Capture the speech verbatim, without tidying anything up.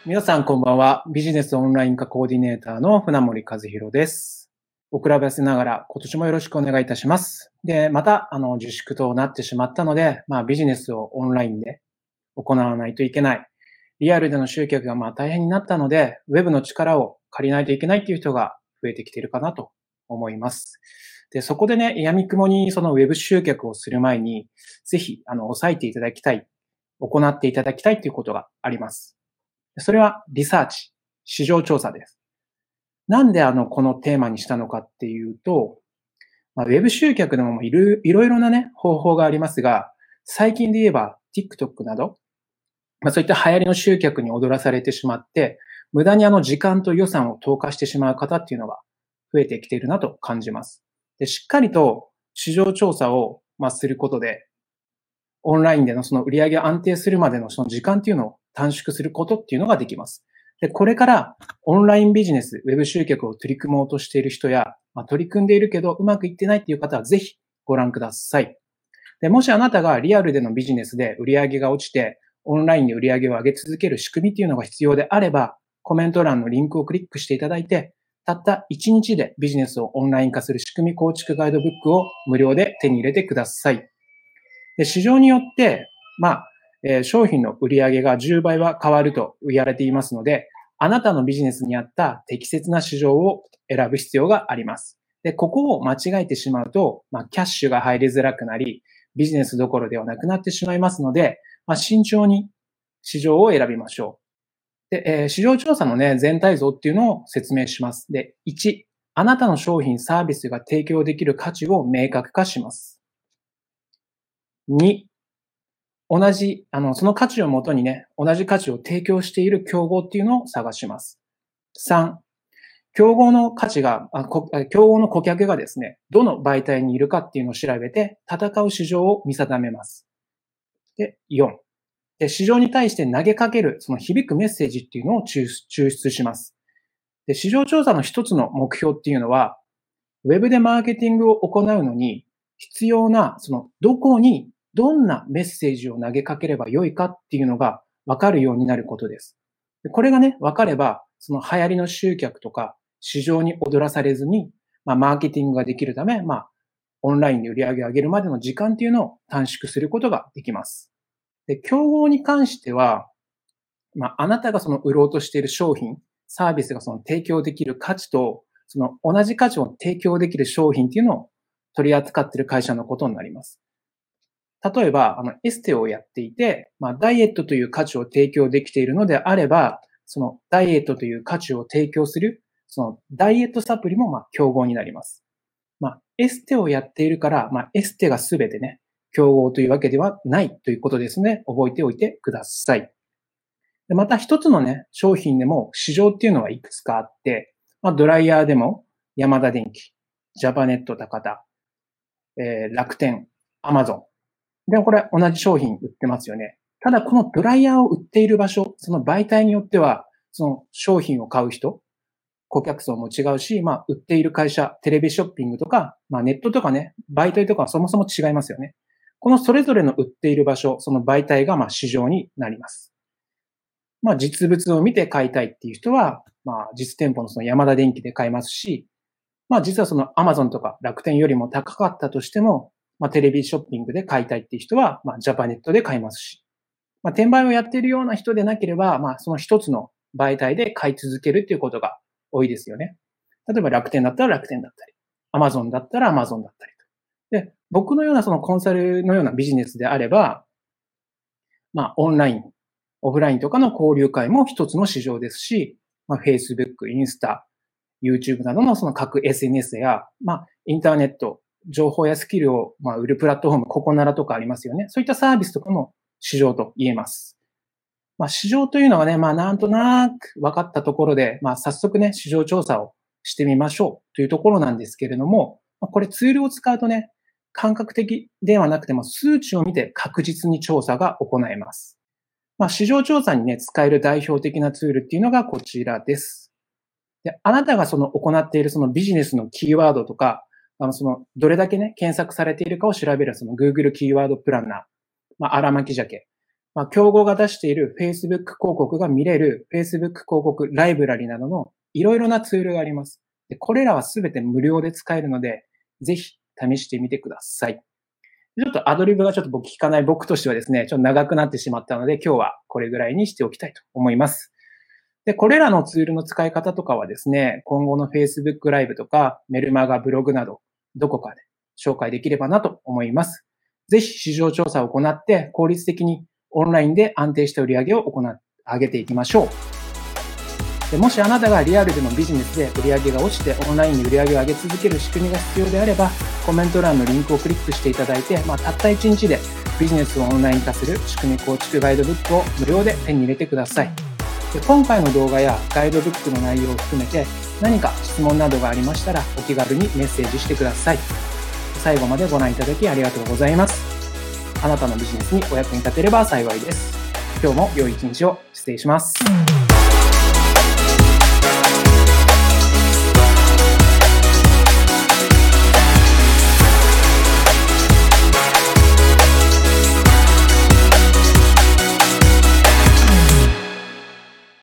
皆さんこんばんは。ビジネスオンライン化コーディネーターの船森和弘です。遅らばせながら今年もよろしくお願いいたします。で、またあの自粛となってしまったので、まあビジネスをオンラインで行わないといけない。リアルでの集客がまあ大変になったので、ウェブの力を借りないといけないっていう人が増えてきているかなと思います。で、そこでね、闇雲にそのウェブ集客をする前に、ぜひあの押さえていただきたい、行っていただきたいということがあります。それはリサーチ、市場調査です。なんであの、このテーマにしたのかっていうと、まあ、ウェブ集客でもいろいろいろなね、方法がありますが、最近で言えば TikTok など、まあ、そういった流行りの集客に踊らされてしまって、無駄にあの時間と予算を投下してしまう方っていうのが増えてきているなと感じます。で、しっかりと市場調査を、まあ、することで、オンラインでのその売り上げが安定するまでのその時間っていうのを短縮することっていうのができます。で、これからオンラインビジネス、ウェブ集客を取り組もうとしている人や、まあ、取り組んでいるけどうまくいってないっていう方はぜひご覧ください。で、もしあなたがリアルでのビジネスで売り上げが落ちて、オンラインで売り上げを上げ続ける仕組みっていうのが必要であれば、コメント欄のリンクをクリックしていただいて、たったいちにちでビジネスをオンライン化する仕組み構築ガイドブックを無料で手に入れてください。で、市場によって、まあ、えー、商品の売り上げがじゅうばいは変わると言われていますので、あなたのビジネスに合った適切な市場を選ぶ必要があります。で、ここを間違えてしまうと、まあ、キャッシュが入りづらくなり、ビジネスどころではなくなってしまいますので、まあ、慎重に市場を選びましょう。で、えー、市場調査のね、全体像っていうのを説明します。で、いち、あなたの商品、サービスが提供できる価値を明確化します。に、同じ、あの、その価値をもとにね、同じ価値を提供している競合っていうのを探します。さん、競合の価値が、あ競合の顧客がですね、どの媒体にいるかっていうのを調べて、戦う市場を見定めます。で、よん、で市場に対して投げかける、その響くメッセージっていうのを抽出します。で、市場調査の一つの目標っていうのは、ウェブでマーケティングを行うのに必要な、その、どこにどんなメッセージを投げかければよいかっていうのが分かるようになることです。これがね、分かれば、その流行りの集客とか市場に踊らされずに、まあ、マーケティングができるため、まあ、オンラインで売り上げを上げるまでの時間っていうのを短縮することができます。で、競合に関しては、まあ、あなたがその売ろうとしている商品、サービスがその提供できる価値と、その同じ価値を提供できる商品っていうのを取り扱っている会社のことになります。例えば、あの、エステをやっていて、まあ、ダイエットという価値を提供できているのであれば、そのダイエットという価値を提供する、そのダイエットサプリもまあ競合になります。まあ、エステをやっているから、まあ、エステがすべてね、競合というわけではないということですので、覚えておいてください。でまた一つのね、商品でも市場っていうのはいくつかあって、まあ、ドライヤーでもヤマダ電機、ジャパネット高田、えー、楽天、アマゾン。でもこれ同じ商品売ってますよね。ただこのドライヤーを売っている場所、その媒体によっては、その商品を買う人、顧客層も違うし、まあ、売っている会社、テレビショッピングとか、まあ、ネットとかね、媒体とかはそもそも違いますよね。このそれぞれの売っている場所、その媒体がまあ市場になります。まあ、実物を見て買いたいっていう人は、まあ、実店舗のそのヤマダ電機で買いますし、まあ、実はそのアマゾンとか楽天よりも高かったとしても、まあ、テレビショッピングで買いたいっていう人は、まあ、ジャパネットで買いますし、まあ、転売をやっているような人でなければ、まあ、その一つの媒体で買い続けるっていうことが多いですよね。例えば楽天だったら楽天だったり、アマゾンだったらアマゾンだったりと。で、僕のようなそのコンサルのようなビジネスであれば、まあ、オンライン、オフラインとかの交流会も一つの市場ですし、まあ、Facebook、インスタ、YouTube などのその各 エスエヌエス や、まあ、インターネット、情報やスキルをまあ売るプラットフォーム、ココナラとかありますよね。そういったサービスとかも市場と言えます。まあ、市場というのがね、まあ、なんとなく分かったところで、まあ、早速ね、市場調査をしてみましょうというところなんですけれども、これツールを使うとね、感覚的ではなくても数値を見て確実に調査が行えます。まあ、市場調査にね、使える代表的なツールっていうのがこちらです。で、あなたがその行っているそのビジネスのキーワードとか、あの、その、どれだけね、検索されているかを調べるその Google キーワードプランナー、まあ、荒巻鮭、 まあ、競合が出している Facebook 広告が見れる Facebook 広告ライブラリなどのいろいろなツールがあります。でこれらはすべて無料で使えるので、ぜひ試してみてください。ちょっとアドリブがちょっと僕聞かない僕としてはですね、ちょっと長くなってしまったので、今日はこれぐらいにしておきたいと思います。で、これらのツールの使い方とかはですね、今後の Facebook ライブとかメルマガ、ブログなど、どこかで紹介できればなと思います。ぜひ市場調査を行って効率的にオンラインで安定した売り上げを行っ上げていきましょう。でもしあなたがリアルでのビジネスで売り上げが落ちてオンラインに売り上げを上げ続ける仕組みが必要であれば、コメント欄のリンクをクリックしていただいて、まあ、たったいちにちでビジネスをオンライン化する仕組み構築ガイドブックを無料で手に入れてください。で今回の動画やガイドブックの内容を含めて何か質問などがありましたらお気軽にメッセージしてください。最後までご覧いただきありがとうございます。あなたのビジネスにお役に立てれば幸いです。今日も良い一日を。失礼します。